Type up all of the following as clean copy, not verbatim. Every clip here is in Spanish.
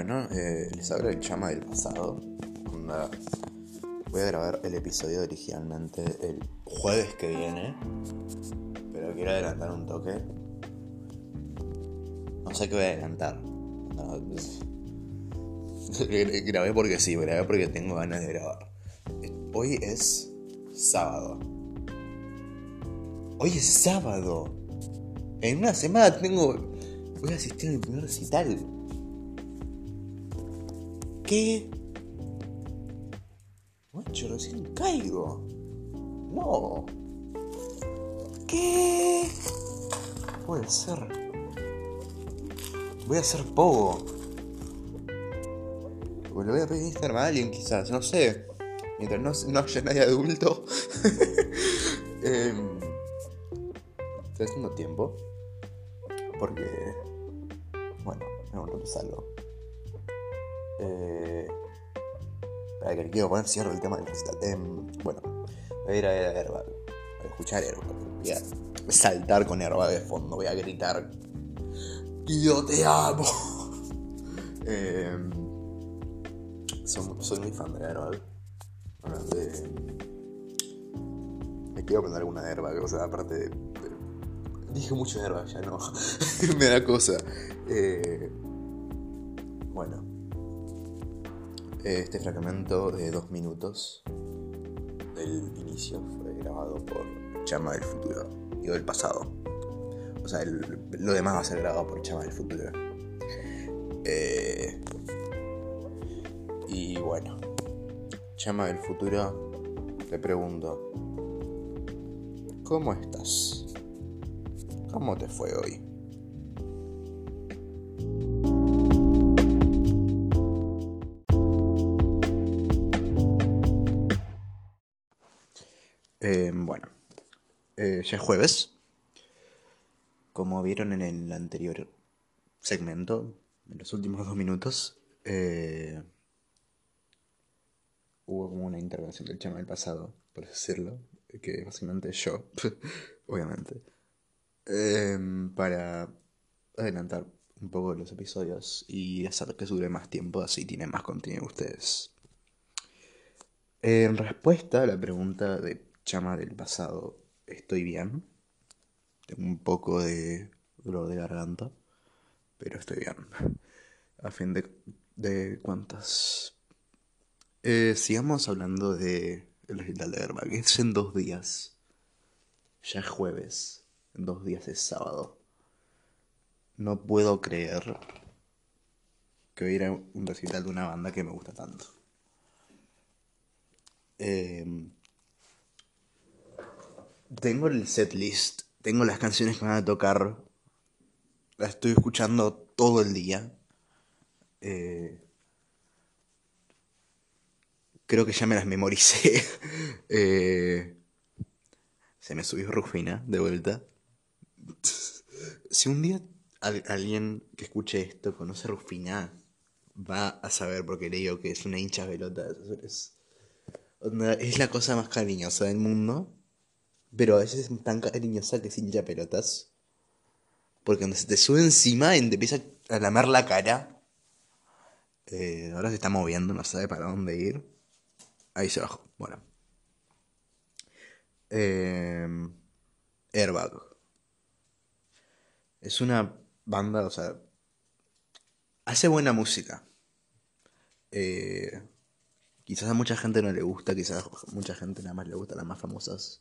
Bueno, les hablo el Chama del pasado. Onda, voy a grabar el episodio originalmente el jueves que viene, pero quiero adelantar un toque. No sé qué voy a adelantar. No, grabé porque sí, grabé porque tengo ganas de grabar. Hoy es sábado. Hoy es sábado. En una semana voy a asistir a mi primer recital. ¿Qué? Macho, recién caigo. No. ¿Qué? Puede ser. Voy a hacer pogo. O le voy a pedir Instagram a alguien quizás, no sé. Mientras no haya nadie adulto. Estoy haciendo tiempo. Porque, bueno, en un rato salgo. Para que le quiero poner cierre el tema del recital. Bueno, voy a ir a Airbag. Voy a escuchar Airbag. Voy a saltar con Airbag de fondo. Voy a gritar: ¡Guido, te amo! Soy muy fan de Airbag. Me quiero aprender alguna de Airbag. O sea, aparte dije mucho de Airbag, ya no. Me da cosa. Bueno. Este fragmento de 2 minutos del inicio fue grabado por Chama del futuro. Digo, del pasado. O sea, lo demás va a ser grabado por Chama del futuro. Y bueno, Chama del futuro, te pregunto: ¿cómo estás? ¿Cómo te fue hoy? Bueno, ya es jueves. Como vieron en el anterior segmento, en los últimos 2 minutos, hubo como una intervención del Chama del pasado, por decirlo, que básicamente yo, obviamente, para adelantar un poco los episodios y hacer que dure más tiempo, así tienen más contenido ustedes. En respuesta a la pregunta de Chama del pasado, ¿estoy bien? Tengo un poco de dolor de garganta, pero estoy bien. A fin de cuentas. Sigamos hablando de el recital de Airbag. Es en 2 días. Ya es jueves. En 2 días es sábado. No puedo creer que voy a ir a un recital de una banda que me gusta tanto. Tengo el setlist. Tengo las canciones que van a tocar. Las estoy escuchando todo el día. Creo que ya me las memoricé. Se me subió Rufina de vuelta. Si un día alguien que escuche esto conoce a Rufina, va a saber por qué le digo que es una hincha pelota. Es la cosa más cariñosa del mundo, pero a veces es tan cariñosa que es hincha pelotas. Porque cuando se te sube encima y te empieza a lamer la cara, ahora se está moviendo, no sabe para dónde ir. Ahí se bajó. Bueno. Airbag. Es una banda, o sea, hace buena música. Quizás a mucha gente no le gusta, quizás a mucha gente nada más le gusta las más famosas.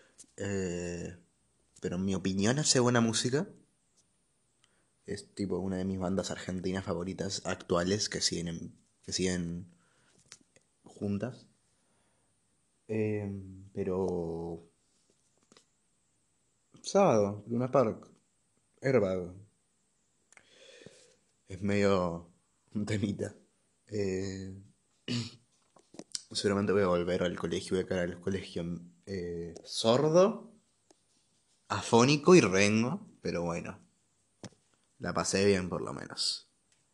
Pero en mi opinión hace buena música. Es tipo una de mis bandas argentinas favoritas actuales que siguen juntas. Pero sábado, Luna Park, Airbag. Es medio un temita. Seguramente voy a volver al colegio, voy a caer al colegio sordo, afónico y rengo, pero bueno, la pasé bien por lo menos.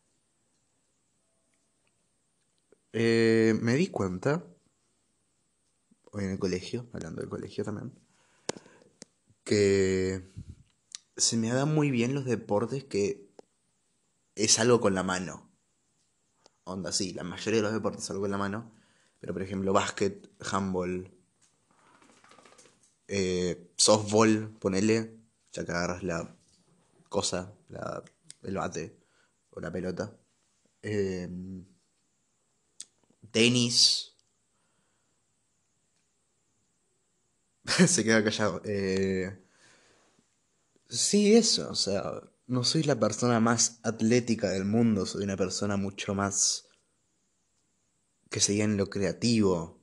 Me di cuenta, hoy en el colegio, hablando del colegio también, que se me dan muy bien los deportes que es algo con la mano. Onda, sí, la mayoría de los deportes salgo en la mano. Pero por ejemplo, básquet, handball, softball, ponele. Ya que agarras la cosa, el bate o la pelota. Eh, tenis. Se queda callado. Sí, eso, o sea, no soy la persona más atlética del mundo, soy una persona mucho más que seguía en lo creativo,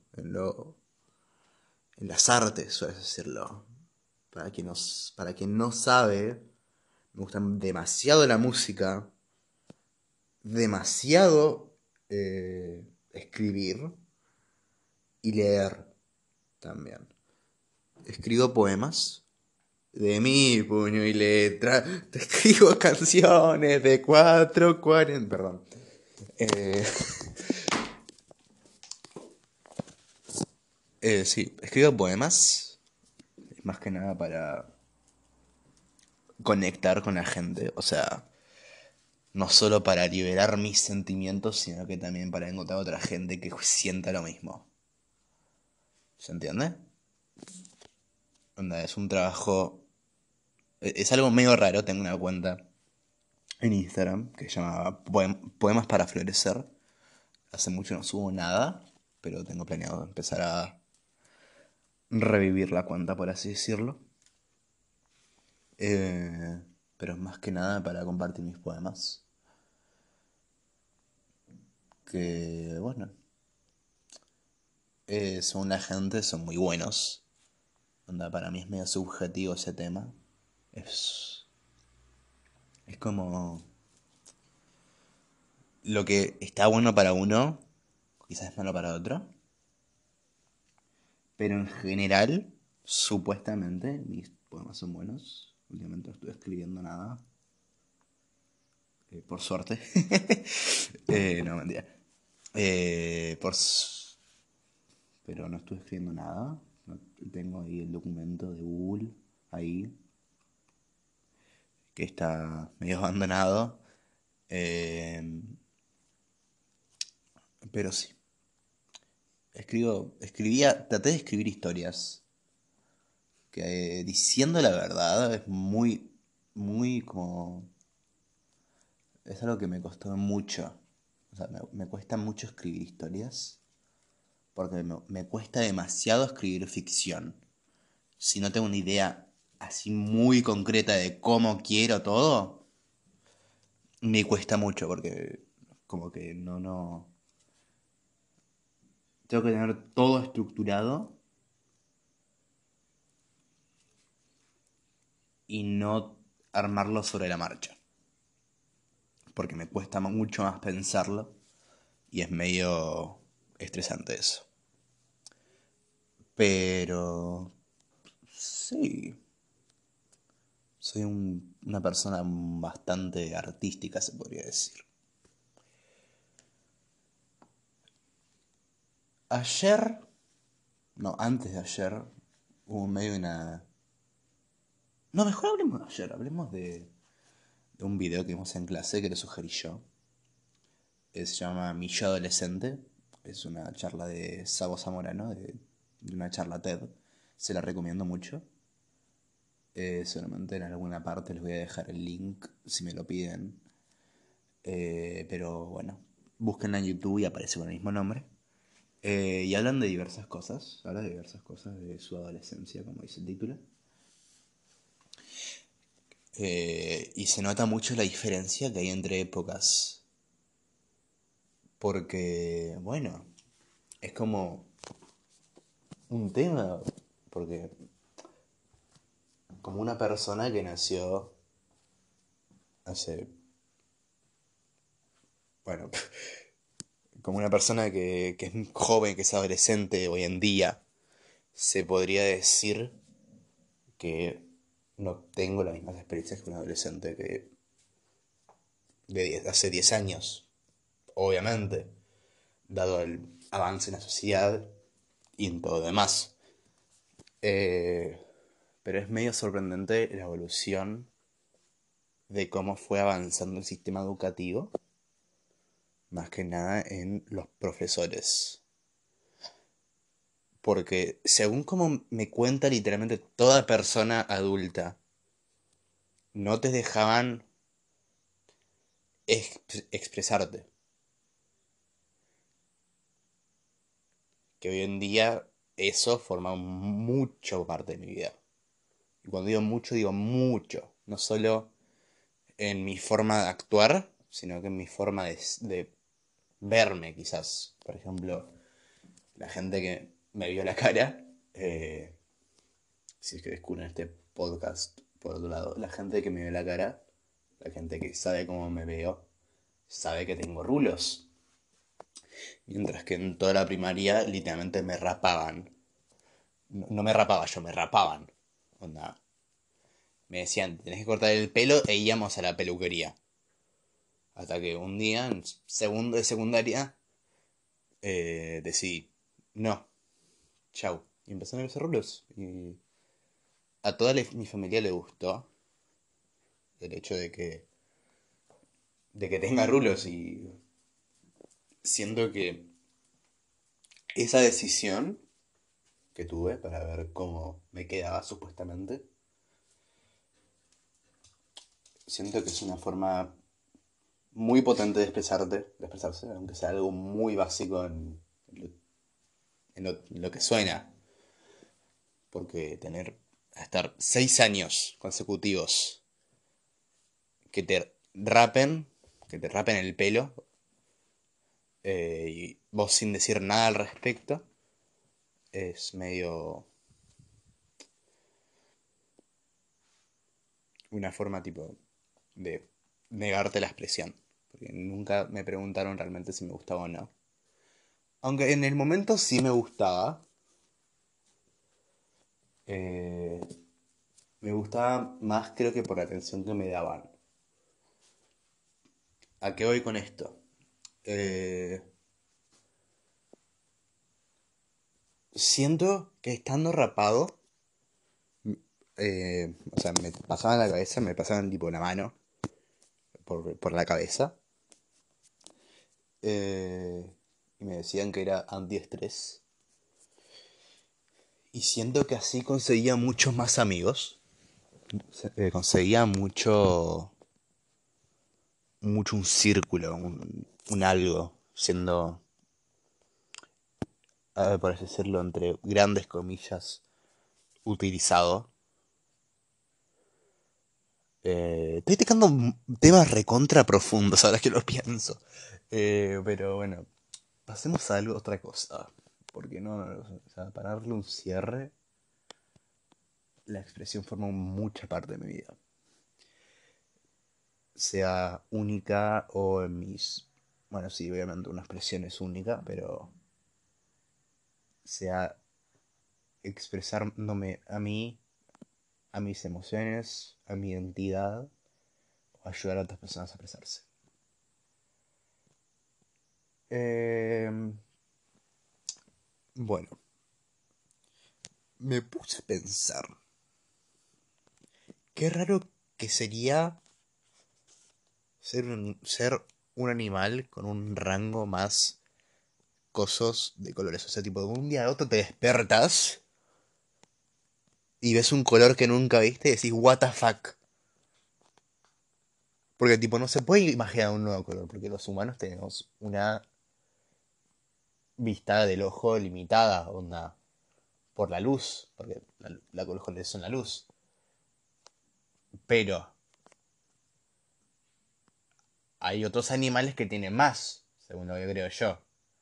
en las artes, suele decirlo. Para quien no sabe, me gusta demasiado la música, demasiado escribir y leer también. Escribo poemas de mi puño y letra, te escribo canciones de 4:40, perdón. Eh, sí, escribo poemas, más que nada para conectar con la gente, o sea, no solo para liberar mis sentimientos, sino que también para encontrar otra gente que sienta lo mismo. ¿Se entiende? Onda, es un trabajo, es algo medio raro, tengo una cuenta en Instagram que se llama Poemas para Florecer. Hace mucho no subo nada, pero tengo planeado empezar a revivir la cuenta, por así decirlo. Eh, pero es más que nada para compartir mis poemas. Que, bueno, según la gente son muy buenos. Onda, para mí es medio subjetivo ese tema. Es, es como lo que está bueno para uno, quizás es malo para otro. Pero en general, supuestamente, mis poemas son buenos. Últimamente no estuve escribiendo nada. Por suerte. No, mentira. Pero no estuve escribiendo nada. Tengo ahí el documento de Google, ahí, que está medio abandonado. Eh, pero sí. Traté de escribir historias. Que diciendo la verdad es muy como... Es algo que me costó mucho. O sea, me cuesta mucho escribir historias. Porque me cuesta demasiado escribir ficción. Si no tengo una idea así muy concreta de cómo quiero todo, me cuesta mucho porque como que no. Tengo que tener todo estructurado y no armarlo sobre la marcha. Porque me cuesta mucho más pensarlo y es medio estresante eso. Pero sí, soy una persona bastante artística, se podría decir. Ayer, no, antes de ayer, hubo medio una... No, mejor hablemos de ayer, hablemos de un video que vimos en clase que le sugerí yo. Se llama Mi Yo Adolescente. Es una charla de Sabo Zamorano, de una charla TED. Se la recomiendo mucho. Solamente en alguna parte les voy a dejar el link si me lo piden. Pero bueno, búsquenla en YouTube y aparece con el mismo nombre. Y hablan de diversas cosas. Habla de diversas cosas de su adolescencia, como dice el título. Y se nota mucho la diferencia que hay entre épocas. Porque, bueno, es como un tema. Porque como una persona que nació hace... Bueno, como una persona que es joven, que es adolescente hoy en día, se podría decir que no tengo las mismas experiencias que un adolescente hace 10 años, obviamente, dado el avance en la sociedad y en todo lo demás. Eh, pero es medio sorprendente la evolución de cómo fue avanzando el sistema educativo más que nada en los profesores. Porque según como me cuenta literalmente toda persona adulta, no te dejaban expresarte. Que hoy en día eso forma mucho parte de mi vida. Y cuando digo mucho. No solo en mi forma de actuar, sino que en mi forma de verme, quizás. Por ejemplo, la gente que me vio la cara, si es que descubren este podcast por otro lado, la gente que me vio la cara, la gente que sabe cómo me veo, sabe que tengo rulos. Mientras que en toda la primaria literalmente me rapaban. No, no me rapaba yo, me rapaban. Onda. Me decían, tenés que cortar el pelo e íbamos a la peluquería. Hasta que un día, en segundo de secundaria, decidí, no, chau. Y empezaron a hacer rulos. Y a toda mi familia le gustó el hecho de que tenga rulos. Y siento que esa decisión que tuve para ver cómo me quedaba supuestamente, siento que es una forma muy potente de expresarse, aunque sea algo muy básico en lo que suena. Porque estar 6 años consecutivos que te rapen, que te rapen el pelo, y vos sin decir nada al respecto, es medio una forma tipo de negarte la expresión. Porque nunca me preguntaron realmente si me gustaba o no. Aunque en el momento sí me gustaba. eh, Me gustaba más creo que por la atención que me daban. ¿A qué voy con esto? Eh, Siento que estando rapado, o sea, me pasaban la cabeza, me pasaban tipo la mano por la cabeza. eh, y me decían que era antiestrés. Y siento que así conseguía muchos más amigos. Conseguía mucho un círculo, un algo, siendo, por así decirlo, entre grandes comillas, utilizado. Estoy tocando temas recontra profundos ahora que lo pienso. Pero bueno, pasemos a algo, otra cosa. Porque no, o sea, para darle un cierre, la expresión forma mucha parte de mi vida. Sea única o en mis... Bueno, sí, obviamente una expresión es única, pero sea expresándome a mí, a mis emociones, a mi identidad, o ayudar a otras personas a expresarse. Eh, bueno, me puse a pensar, qué raro que sería ser un animal con un rango más cosos de colores. O sea, tipo, de un día a otro te despertas y ves un color que nunca viste y decís, what the fuck. Porque, tipo, no se puede imaginar un nuevo color, porque los humanos tenemos una vista del ojo limitada, onda, por la luz, porque la color son la luz. Pero hay otros animales que tienen más, según lo que creo yo.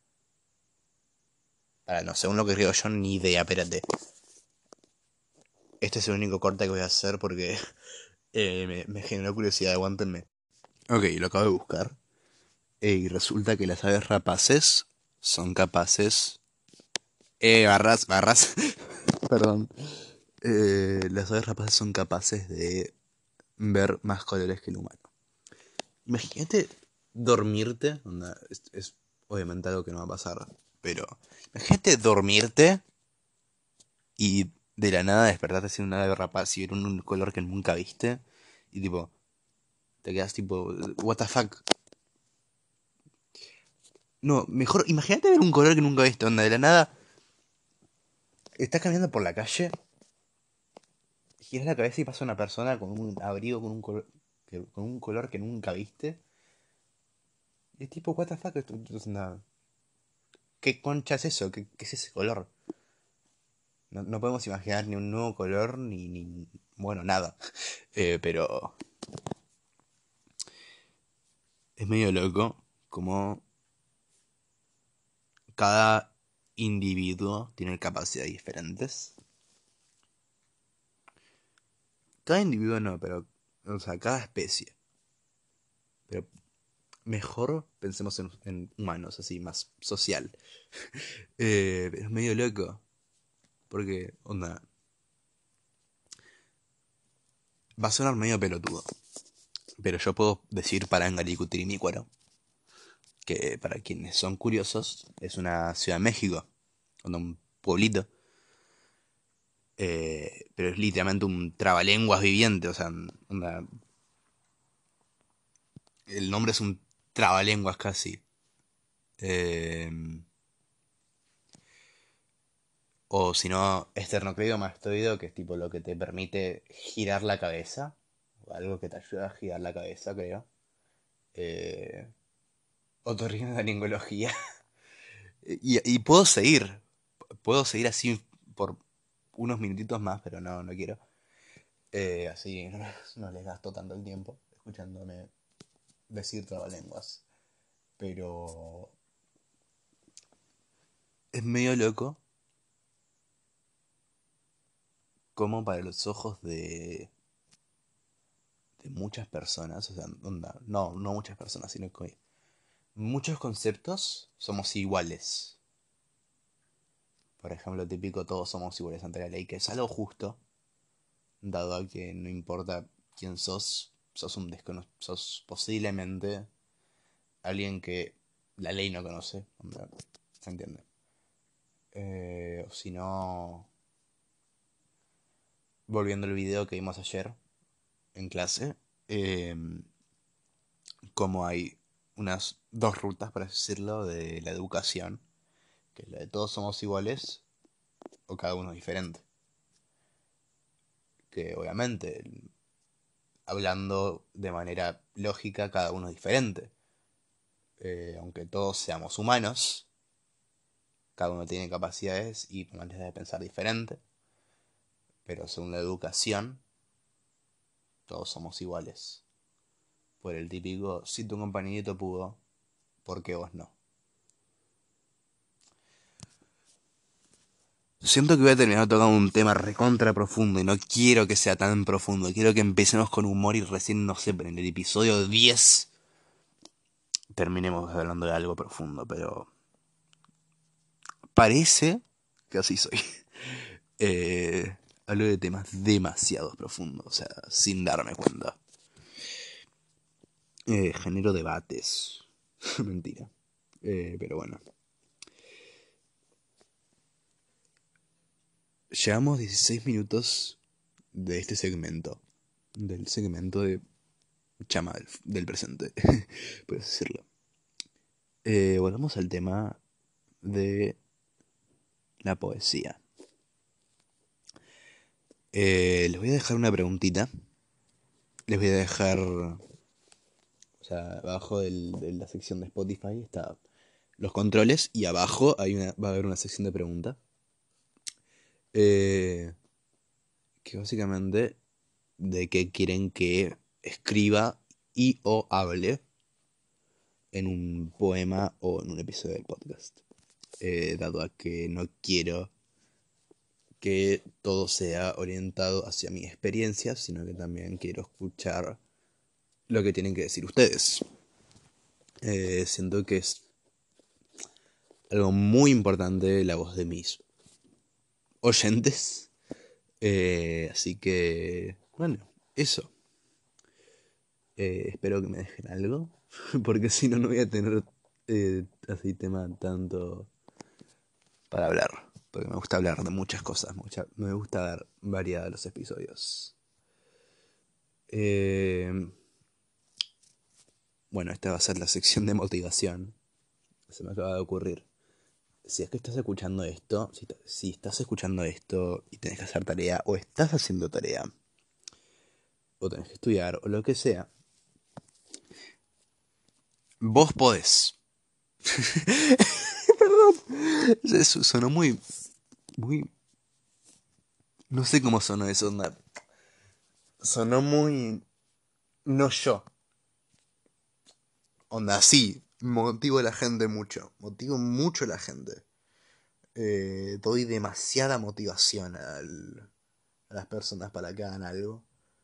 Ahora, no, según lo que creo yo, ni idea, espérate. Este es el único corte que voy a hacer porque me generó curiosidad, aguántenme. Ok, lo acabo de buscar. Y resulta que las aves rapaces son capaces... barras. Perdón. Las aves rapaces son capaces de ver más colores que el humano. Imagínate dormirte. Onda, es obviamente algo que no va a pasar. Pero imagínate dormirte y de la nada despertarte sin una ave rapaz y ver un color que nunca viste. Y tipo, te quedas tipo, what the fuck. No, mejor, imagínate ver un color que nunca viste, onda, de la nada. Estás caminando por la calle, giras la cabeza y pasa una persona con un abrigo con un color que nunca viste. Y es tipo, what the fuck, onda, ¿qué concha es eso? ¿Qué es ese color? No podemos imaginar ni un nuevo color, bueno, nada. Pero es medio loco como cada individuo tiene capacidades diferentes. Cada individuo no, pero, o sea, cada especie. Pero mejor pensemos en humanos, así, más social. Es medio loco, porque, onda, va a sonar medio pelotudo. Pero yo puedo decir Parangaricutirimícuaro, que para quienes son curiosos, es una ciudad de México, onda, un pueblito. Pero es literalmente un trabalenguas viviente, o sea, onda, el nombre es un trabalenguas casi. Eh, o si no, esternocleidomastoideo, que es tipo lo que te permite girar la cabeza. O algo que te ayuda a girar la cabeza, creo. Eh, Otorrinolaringología. Y puedo seguir. Puedo seguir así por unos minutitos más, pero no quiero. Así no les gasto tanto el tiempo escuchándome decir trabalenguas. Pero es medio loco como para los ojos de muchas personas, o sea, onda, no muchas personas, sino que muchos conceptos somos iguales. Por ejemplo, típico, todos somos iguales ante la ley, que es algo justo, dado a que no importa quién sos posiblemente alguien que la ley no conoce, onda, ¿se entiende? O si no, volviendo al video que vimos ayer en clase, eh, como hay unas dos rutas, por así decirlo, de la educación, que es la de todos somos iguales o cada uno es diferente. Que obviamente, hablando de manera lógica, cada uno es diferente. Aunque todos seamos humanos, cada uno tiene capacidades y maneras de pensar diferente, pero según la educación, todos somos iguales. Por el típico, si tu compañerito pudo, ¿por qué vos no? Siento que voy a terminar tocando un tema recontra profundo y no quiero que sea tan profundo. Quiero que empecemos con humor y recién, no sé, pero en el episodio 10 terminemos hablando de algo profundo, pero parece que así soy. Eh, Hablo de temas demasiado profundos, o sea, sin darme cuenta. Genero debates. Mentira. Pero bueno. Llevamos 16 minutos de este segmento. Del segmento de chama del presente. Puedes decirlo. Volvamos al tema de la poesía. Les voy a dejar una preguntita. Les voy a dejar, o sea, abajo de la sección de Spotify está los controles y abajo va a haber una sección de preguntas. Eh, que básicamente de qué quieren que escriba y o hable en un poema o en un episodio del podcast. Dado a que no quiero que todo sea orientado hacia mi experiencia, sino que también quiero escuchar lo que tienen que decir ustedes. Siento que es algo muy importante la voz de mis oyentes. Así que, bueno, eso. Espero que me dejen algo, porque si no, no voy a tener así tema tanto para hablar. Porque me gusta hablar de muchas cosas, me gusta dar variedad a los episodios. Eh, bueno, esta va a ser la sección de motivación. se me acaba de ocurrir. Si es que estás escuchando esto, si estás escuchando esto y tenés que hacer tarea, o estás haciendo tarea, o tenés que estudiar, o lo que sea, vos podés. Perdón. Eso sonó muy, muy... No sé cómo sonó eso, onda. Sonó muy... No yo. Onda, sí. Motivo a la gente mucho. Motivo mucho a la gente. Doy demasiada motivación a las personas para que hagan algo.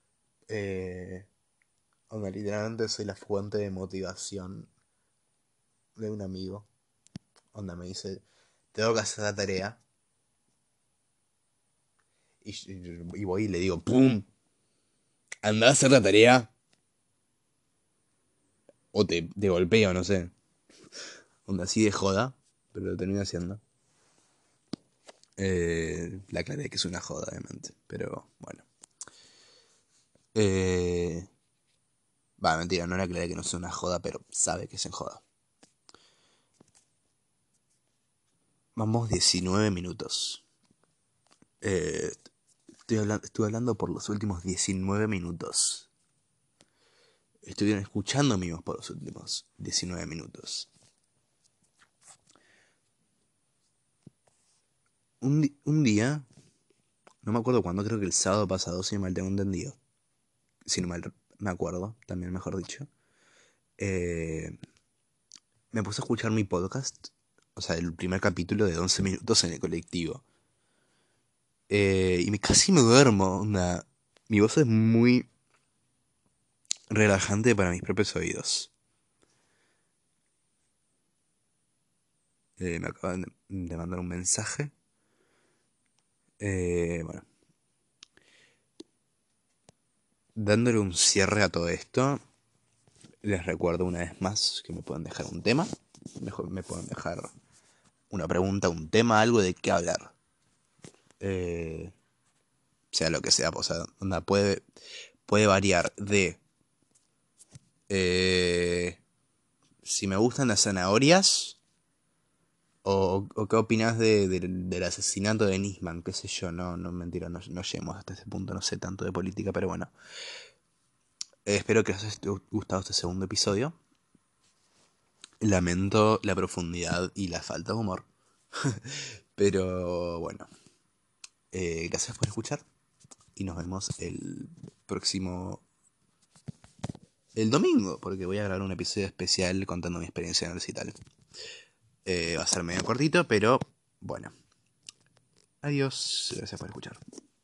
Onda, literalmente soy la fuente de motivación de un amigo. Onda, me dice, tengo que hacer la tarea. Y voy y le digo, ¡pum! Anda a hacer la tarea. O te golpeo, no sé. Onda así de joda. Pero lo termino haciendo. La aclaré que es una joda, obviamente. Pero bueno. Va, mentira, no le aclaré que no es una joda, pero sabe que es en joda. Vamos 19 minutos. Eh, estuve hablando por los últimos 19 minutos. Estuvieron escuchando amigos por los últimos 19 minutos. Un día, no me acuerdo cuándo, creo que el sábado pasado, si mal tengo entendido. Si no mal me acuerdo, también mejor dicho. Eh, Me puse a escuchar mi podcast, o sea, el primer capítulo de 11 minutos en el colectivo. Y casi me duermo, onda. Mi voz es muy relajante para mis propios oídos. Me acaban de mandar un mensaje. Bueno, dándole un cierre a todo esto, les recuerdo una vez más que me pueden dejar un tema. Mejor me pueden dejar una pregunta, un tema, algo de qué hablar. Eh, sea lo que sea, o sea, onda, puede variar de si me gustan las zanahorias o qué opinas del asesinato de Nisman, qué sé yo, no mentira, no lleguemos hasta ese punto, no sé tanto de política, pero bueno. Espero que os haya gustado este segundo episodio. Lamento la profundidad y la falta de humor. Pero bueno, gracias por escuchar y nos vemos el domingo, porque voy a grabar un episodio especial contando mi experiencia universitaria. Va a ser medio cortito, pero bueno. Adiós, gracias por escuchar.